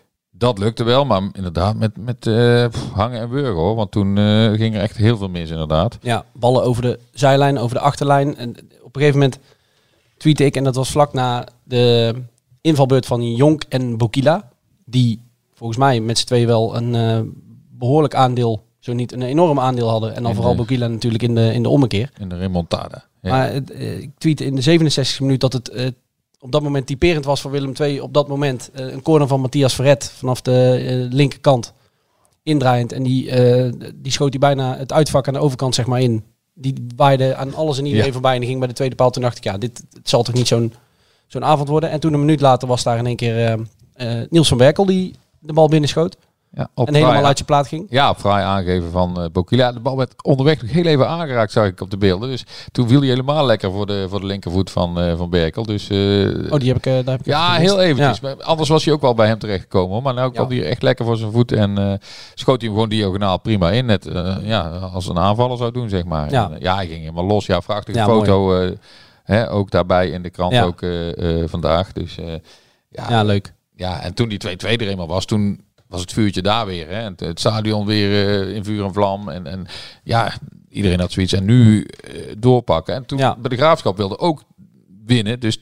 Dat lukte wel, maar inderdaad met hangen en wurgen, hoor. Want toen ging er echt heel veel mis inderdaad. Ja, ballen over de zijlijn, over de achterlijn. En op een gegeven moment tweette ik, en dat was vlak na de invalbeurt van Jonk en Bokila. Die volgens mij met z'n tweeën wel een behoorlijk aandeel, zo niet een enorm aandeel hadden. En dan vooral Bokila natuurlijk in de ommekeer. In de remontada. Ja. Maar ik tweette in de 67e minuut dat het op dat moment typerend was voor Willem II. Op dat moment een corner van Matthias Verret vanaf de linkerkant indraaiend. En die schoot hij bijna het uitvak aan de overkant zeg maar in. Die waaide aan alles en iedereen voorbij en die ging bij de tweede paal. Toen dacht ik, het zal toch niet zo'n avond worden. En toen een minuut later was daar in één keer Niels van Berkel die de bal binnenschoot. Ja, en helemaal uit je plaat ging. Ja, op fraai aangeven van Bokila. De bal werd onderweg nog heel even aangeraakt, zag ik op de beelden. Dus toen viel hij helemaal lekker voor de linkervoet van Berkel. Dus, die heb ik daar heb ik heel eventjes. Ja. Anders was hij ook wel bij hem terechtgekomen, hoor. Maar nou kwam hij echt lekker voor zijn voet en schoot hij hem gewoon diagonaal prima in. Net als een aanvaller zou doen, zeg maar. Ja, en, hij ging helemaal los. Ja, prachtige foto. Ook daarbij in de krant ook vandaag. Dus leuk. Ja, en toen die 2-2 er eenmaal was, toen was het vuurtje daar weer. Hè? Het stadion weer in vuur en vlam. En iedereen had zoiets. En nu doorpakken. En toen bij de Graafschap wilde ook winnen. Dus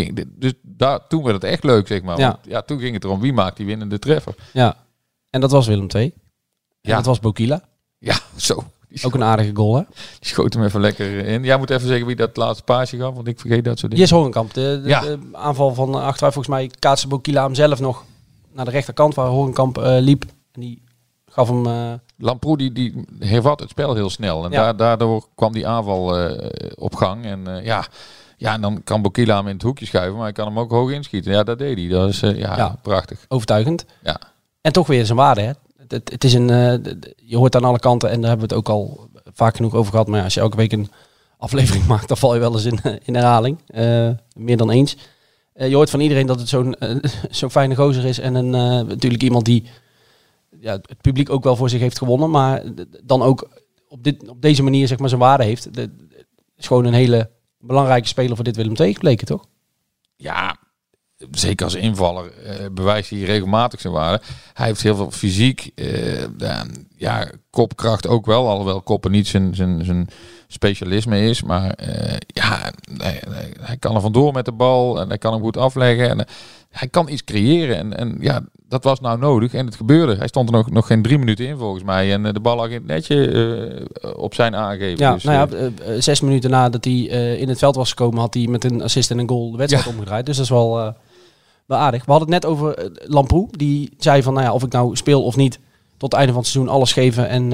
toen werd het echt leuk, zeg maar. Ja. Want, toen ging het erom wie maakt die winnende treffer. Ja, en dat was Willem II. En dat was Bokila. Ja, zo. Ook een aardige goal, hè? Die schoot hem even lekker in. Jij moet even zeggen wie dat laatste paasje gaf, want ik vergeet dat soort dingen. Jesse Horenkamp. De aanval van achteruit, volgens mij kaatste Bokila hem zelf nog naar de rechterkant waar Horenkamp liep. En die gaf hem... Lamproe die hervat het spel heel snel. En daardoor kwam die aanval op gang. En en dan kan Bokila hem in het hoekje schuiven, maar hij kan hem ook hoog inschieten. Ja, dat deed hij. Dat is prachtig. Overtuigend. Ja. En toch weer zijn waarde, hè? Het is je hoort aan alle kanten en daar hebben we het ook al vaak genoeg over gehad. Maar als je elke week een aflevering maakt, dan val je wel eens in herhaling. Meer dan eens. Je hoort van iedereen dat het zo'n fijne gozer is. En natuurlijk iemand die het publiek ook wel voor zich heeft gewonnen. Maar dan ook op deze manier zeg maar zijn waarde heeft. Het is gewoon een hele belangrijke speler voor dit Willem II gebleken, toch? Ja, zeker als invaller bewijst hij regelmatig zijn waarde. Hij heeft heel veel fysiek. Kopkracht ook wel. Alhoewel koppen niet zijn specialisme is. Maar hij kan er vandoor met de bal. En hij kan hem goed afleggen. En hij kan iets creëren. En dat was nou nodig. En het gebeurde. Hij stond er nog geen 3 minuten in volgens mij. En de bal lag in het netje op zijn aangeven. Ja, dus, 6 minuten nadat hij in het veld was gekomen, had hij met een assist en een goal de wedstrijd omgedraaid. Dus dat is wel aardig. We hadden het net over Lamproe. Die zei van, of ik nou speel of niet, tot het einde van het seizoen alles geven. En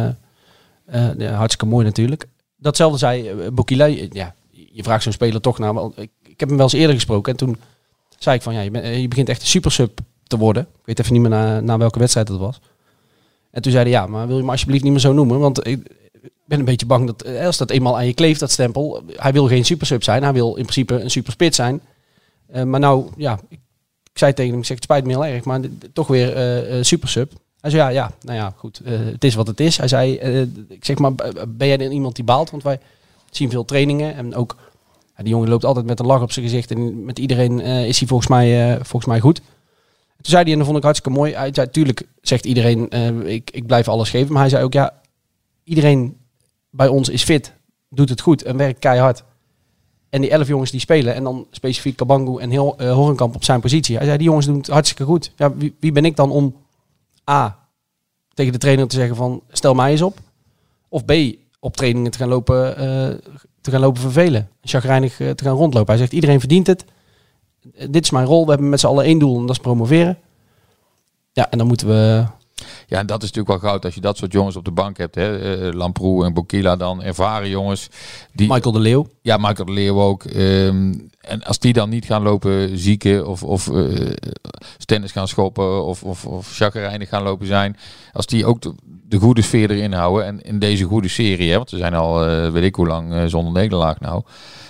hartstikke mooi natuurlijk. Datzelfde zei Bokila. Ja, je vraagt zo'n speler toch naar. Ik heb hem wel eens eerder gesproken. En toen zei ik van, je begint echt een supersub te worden. Ik weet even niet meer na welke wedstrijd het was. En toen zei hij, maar wil je me alsjeblieft niet meer zo noemen? Want ik ben een beetje bang dat als dat eenmaal aan je kleeft, dat stempel. Hij wil geen supersub zijn. Hij wil in principe een superspits zijn. Maar nou, ik zei tegen hem, het spijt me heel erg, maar toch weer supersub. Hij zei, goed, het is wat het is. Hij zei, ik zeg maar, ben jij dan iemand die baalt? Want wij zien veel trainingen en ook, die jongen loopt altijd met een lach op zijn gezicht en met iedereen is hij volgens mij goed. Toen zei hij, en dat vond ik hartstikke mooi, hij zei, tuurlijk zegt iedereen, ik blijf alles geven. Maar hij zei ook, iedereen bij ons is fit, doet het goed en werkt keihard. En die 11 jongens die spelen, en dan specifiek Kabangu en Horenkamp op zijn positie. Hij zei, die jongens doen het hartstikke goed. Ja, wie ben ik dan om A, tegen de trainer te zeggen van, stel mij eens op. Of B, op trainingen te gaan lopen vervelen. Chagrijnig te gaan rondlopen. Hij zegt, iedereen verdient het. Dit is mijn rol. We hebben met z'n allen 1 doel en dat is promoveren. Ja, en dan moeten we... Ja, en dat is natuurlijk wel goud als je dat soort jongens op de bank hebt. Lamproe en Bokila dan, ervaren jongens. Michael de Leeuw. Ja, Michael de Leeuw ook. En als die dan niet gaan lopen zieken of stennis gaan schoppen of chagrijnig gaan lopen zijn. Als die ook de goede sfeer erin houden. En in deze goede serie, want we zijn al weet ik hoe lang zonder nederlaag nou.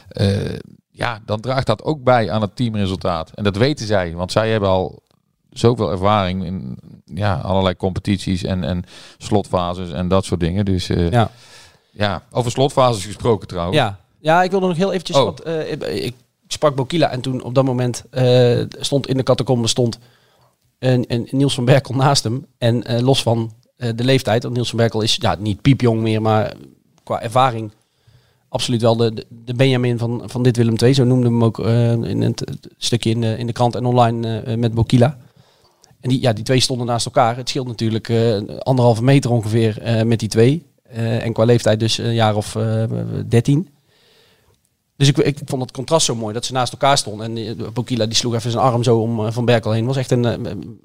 Dan draagt dat ook bij aan het teamresultaat. En dat weten zij, want zij hebben al zoveel ervaring in allerlei competities en slotfases en dat soort dingen. Dus over slotfases gesproken trouwens. Ja, ik wilde nog heel eventjes ik sprak Bokila en toen op dat moment stond in de catacombe een Niels van Berkel naast hem. En los van de leeftijd, want Niels van Berkel is niet piepjong meer, maar qua ervaring absoluut wel de Benjamin van dit Willem II. Zo noemden we hem ook in het stukje in de krant en online met Bokila. En die twee stonden naast elkaar. Het scheelt natuurlijk 1,5 meter ongeveer met die twee. En qua leeftijd dus een jaar of 13. Dus ik vond het contrast zo mooi dat ze naast elkaar stonden. En Bokila die sloeg even zijn arm zo om Van Berkel heen. Het was echt een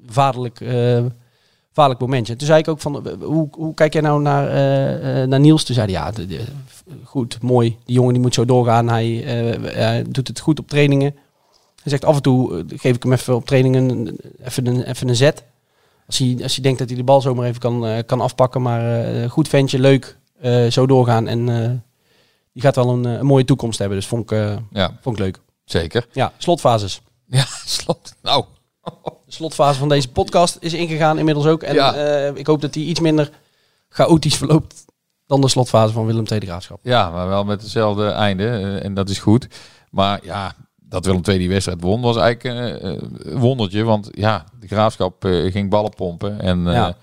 vaderlijk momentje. Toen zei ik ook van, hoe kijk jij nou naar Niels? Toen zei hij, goed, mooi. Die jongen die moet zo doorgaan. Hij doet het goed op trainingen. Hij zegt, af en toe geef ik hem even op trainingen even een zet. Als hij denkt dat hij de bal zomaar even kan afpakken. Maar goed ventje, leuk, zo doorgaan. En die gaat wel een mooie toekomst hebben. Dus vond ik leuk. Zeker. Ja, slotfases. Ja, nou. De slotfase van deze podcast is ingegaan inmiddels ook. En ik hoop dat die iets minder chaotisch verloopt dan de slotfase van Willem II de Graafschap. Ja, maar wel met hetzelfde einde. En dat is goed. Maar dat Willem II die wedstrijd won was eigenlijk een wondertje. Want de Graafschap ging ballen pompen. En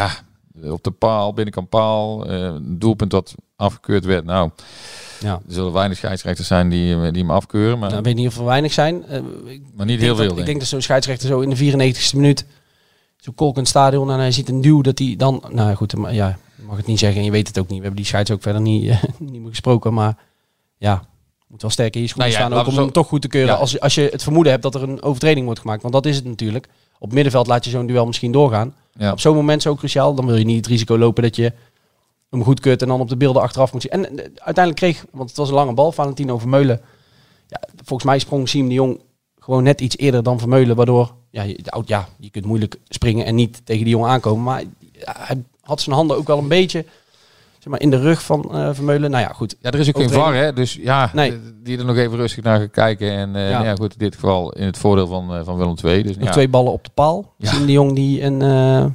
op de paal, binnenkant paal. Een doelpunt dat afgekeurd werd. Nou, er zullen weinig scheidsrechters zijn die hem afkeuren. Maar... ik weet niet of er weinig zijn. Maar niet heel veel, Ik denk dat zo'n scheidsrechter zo in de 94e minuut... Zo'n kolkend stadion en hij ziet een duw dat hij dan... Nou goed, je mag het niet zeggen en je weet het ook niet. We hebben die scheids ook verder niet meer gesproken. Maar moet wel sterk in je schoenen staan ook om hem toch goed te keuren. Als je het vermoeden hebt dat er een overtreding wordt gemaakt. Want dat is het natuurlijk. Op middenveld laat je zo'n duel misschien doorgaan. Ja. Op zo'n moment zo cruciaal. Dan wil je niet het risico lopen dat je hem goedkeurt en dan op de beelden achteraf moet zien. En uiteindelijk want het was een lange bal, Valentino Vermeulen. Ja, volgens mij sprong Siem de Jong gewoon net iets eerder dan Vermeulen. Waardoor je kunt moeilijk springen en niet tegen die jongen aankomen. Maar hij had zijn handen ook wel een beetje in de rug van Vermeulen. Nou ja, goed. Ja, er is ook geen VAR, hè? Dus ja, die er nog even rustig naar gaan kijken. En goed, in dit geval in het voordeel van Willem II. Dus, nog 2 ballen op de paal. Ja. Siem de Jong die een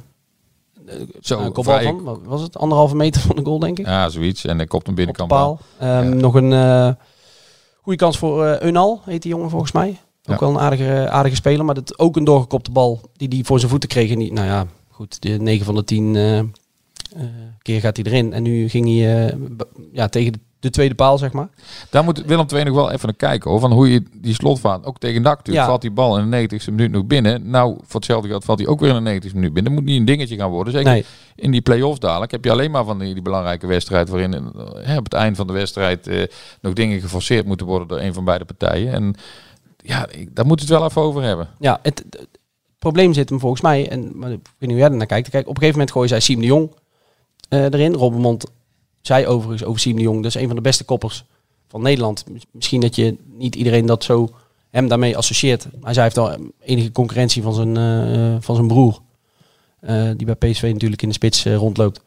kopbal vrij... van, was het 1,5 meter van de goal, denk ik? Ja, zoiets. En dan komt een binnenkant paal. Nog een goede kans voor Eunal, heet die jongen volgens mij. Ook wel een aardige speler, maar dat ook een doorgekopte bal die voor zijn voeten kreeg. En die, nou ja, goed, de 9 van de 10 keer gaat hij erin. En nu ging hij tegen de tweede paal, zeg maar. Daar moet Willem II nog wel even naar kijken, hoor. Van hoe je die slotvaart, ook tegen NAC natuurlijk, valt die bal in de 90ste minuut nog binnen. Nou, voor hetzelfde geld valt hij ook weer in de 90ste minuut binnen. Dat moet niet een dingetje gaan worden. Zeker in die play-offs dadelijk heb je alleen maar van die belangrijke wedstrijd waarin op het eind van de wedstrijd nog dingen geforceerd moeten worden door een van beide partijen. En ja, daar moet het wel even over hebben. Ja, het probleem zit hem volgens mij, maar ik weet niet hoe jij er naar kijkt. Kijk, op een gegeven moment gooien zij Siem de Jong erin. Robbenmond zei overigens over Siem de Jong, dat is een van de beste koppers van Nederland. Misschien dat je niet iedereen dat zo hem daarmee associeert. Hij zei, hij heeft al enige concurrentie van zijn broer. Die bij PSV natuurlijk in de spits rondloopt.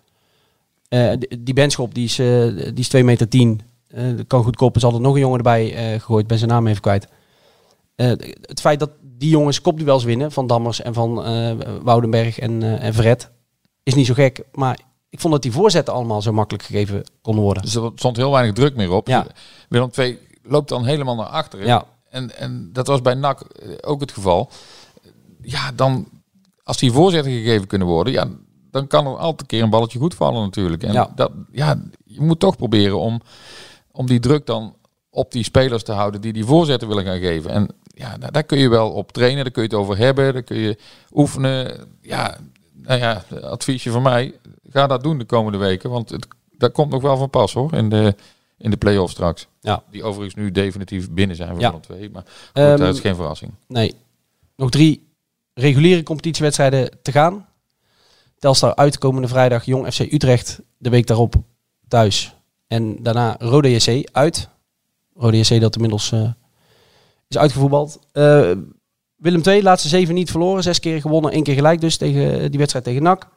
Die Benschop, die is 2,10 meter. Kan goed koppen. Ze hadden nog een jongen erbij gegooid. Ben zijn naam even kwijt. Het feit dat die jongens kopduels winnen van Dammers en van Woudenberg en Verret is niet zo gek. Maar ik vond dat die voorzetten allemaal zo makkelijk gegeven konden worden. Dus er stond heel weinig druk meer op. Ja. Willem II loopt dan helemaal naar achteren. Ja. En dat was bij NAC ook het geval. Ja, dan als die voorzetten gegeven kunnen worden, dan kan er altijd een keer een balletje goed vallen natuurlijk. En je moet toch proberen om die druk dan op die spelers te houden die voorzetten willen gaan geven. En ja, daar kun je wel op trainen, daar kun je het over hebben, daar kun je oefenen. Ja, nou ja, adviesje van mij, ga dat doen de komende weken, want dat komt nog wel van pas, hoor, in de play-off straks. Ja. Die overigens nu definitief binnen zijn voor Willem II, maar goed, dat is geen verrassing. Nee. Nog 3 reguliere competitiewedstrijden te gaan. Telstar uit komende vrijdag, Jong FC Utrecht de week daarop thuis. En daarna Rode JC uit. Rode JC dat inmiddels is uitgevoetbald. Willem II, laatste 7 niet verloren. 6 keer gewonnen, 1 keer gelijk dus tegen die wedstrijd tegen NAC.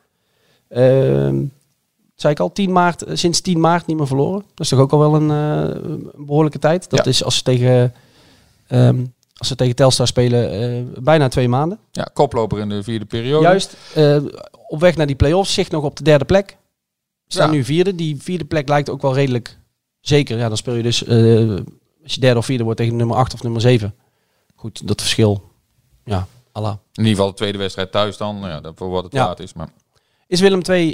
Zei ik al, sinds 10 maart niet meer verloren. Dat is toch ook al wel een behoorlijke tijd. Dat is als ze tegen Telstar spelen bijna 2 maanden. Ja, koploper in de 4e periode. Juist, op weg naar die play-offs, zicht nog op de 3e plek. Staan nu 4e. Die 4e plek lijkt ook wel redelijk zeker. Ja, dan speel je dus, als je 3e of 4e wordt tegen nummer 8 of nummer 7. Goed, dat verschil, ja, Allah. In ieder geval de tweede wedstrijd thuis dan, voor wat het waard is. Maar is Willem II,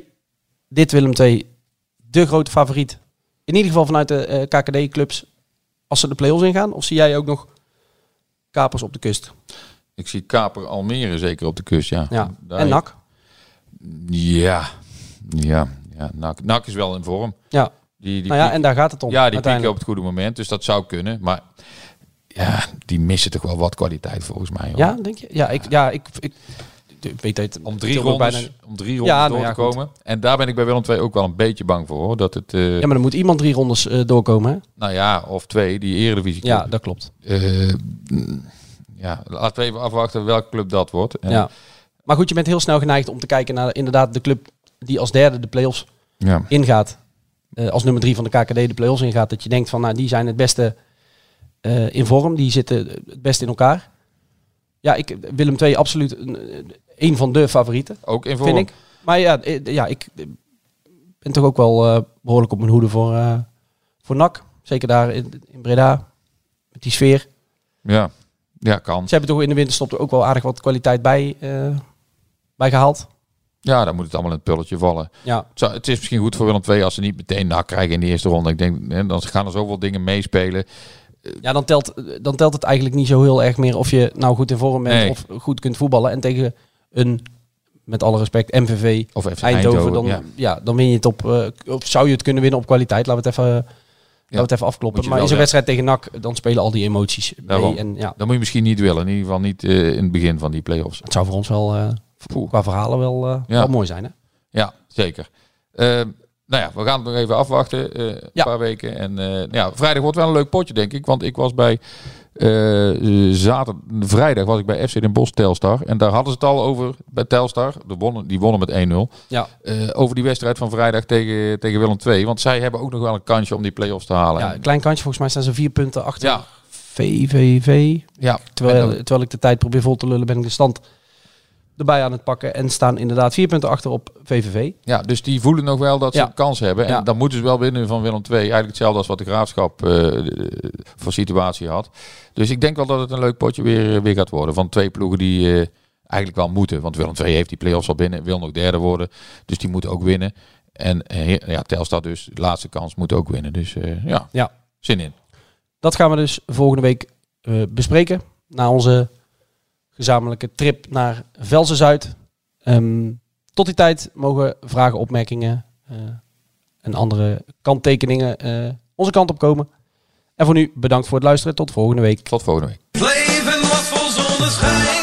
de grote favoriet? In ieder geval vanuit de KKD-clubs als ze de play-offs ingaan? Of zie jij ook nog kapers op de kust? Ik zie Kaper Almere zeker op de kust, ja. En NAC? Ja, NAC is wel in vorm. Ja. En daar gaat het om. Ja, die pieken op het goede moment, dus dat zou kunnen. Maar ja, die missen toch wel wat kwaliteit volgens mij. Hoor. Ja, denk je? Ik weet het. Om 3 rondes door te komen. En daar ben ik bij Willem II ook wel een beetje bang voor. Hoor. Dat het, ja, maar dan moet iemand 3 rondes doorkomen, hè? Nou ja, of 2, die Eredivisie club. Ja, dat klopt. Laten we even afwachten welke club dat wordt. En maar goed, je bent heel snel geneigd om te kijken naar inderdaad de club die als 3e de play-offs ingaat. Als nummer 3 van de KKD de play-offs ingaat. Dat je denkt van, die zijn het beste in vorm. Die zitten het beste in elkaar. Ja, Willem II absoluut een van de favorieten. Ook in vorm. Vind ik. Maar ik ben toch ook wel behoorlijk op mijn hoede voor NAC. Zeker daar in Breda. Met die sfeer. Ja, kan. Ze hebben toch in de winterstop er ook wel aardig wat kwaliteit bij gehaald. Ja, dan moet het allemaal in het pulletje vallen. Ja. Het is misschien goed voor Willem II als ze niet meteen NAC krijgen in de eerste ronde. Ik denk, dan gaan er zoveel dingen meespelen. Ja, dan telt het eigenlijk niet zo heel erg meer of je nou goed in vorm bent of goed kunt voetballen. En tegen een, met alle respect, MVV of Eindhoven, dan win je het of zou je het kunnen winnen op kwaliteit. Laten we het even afkloppen. Maar in zo'n wedstrijd tegen NAC, dan spelen al die emoties mee. En, dat moet je misschien niet willen. In ieder geval niet in het begin van die play-offs. Het zou voor ons wel, qua verhalen wel mooi zijn, hè? Ja, zeker. We gaan het nog even afwachten. Een paar weken. En vrijdag wordt wel een leuk potje, denk ik. Want ik was bij Vrijdag was ik bij FC Den Bosch Telstar. En daar hadden ze het al over bij Telstar. Die wonnen met 1-0. Ja. Over die wedstrijd van vrijdag tegen Willem II. Want zij hebben ook nog wel een kansje om die play-offs te halen. Ja, een klein kansje. Volgens mij staan ze 4 punten achter Ja. VVV. Ja. Terwijl ik de tijd probeer vol te lullen, ben ik de stand erbij aan het pakken. En staan inderdaad 4 punten achter op VVV. Ja, dus die voelen nog wel dat ze een kans hebben. En dan moeten ze wel winnen van Willem II. Eigenlijk hetzelfde als wat de Graafschap voor situatie had. Dus ik denk wel dat het een leuk potje weer gaat worden. Van 2 ploegen die eigenlijk wel moeten. Want Willem II heeft die play-offs al binnen. Wil nog derde worden. Dus die moeten ook winnen. En Telstar dus, de laatste kans, moet ook winnen. Dus zin in. Dat gaan we dus volgende week bespreken. Na onze gezamenlijke trip naar Velzen-Zuid. Tot die tijd mogen vragen, opmerkingen en andere kanttekeningen onze kant op komen. En voor nu bedankt voor het luisteren. Tot volgende week. Tot volgende week. Het leven was vol zonneschijn.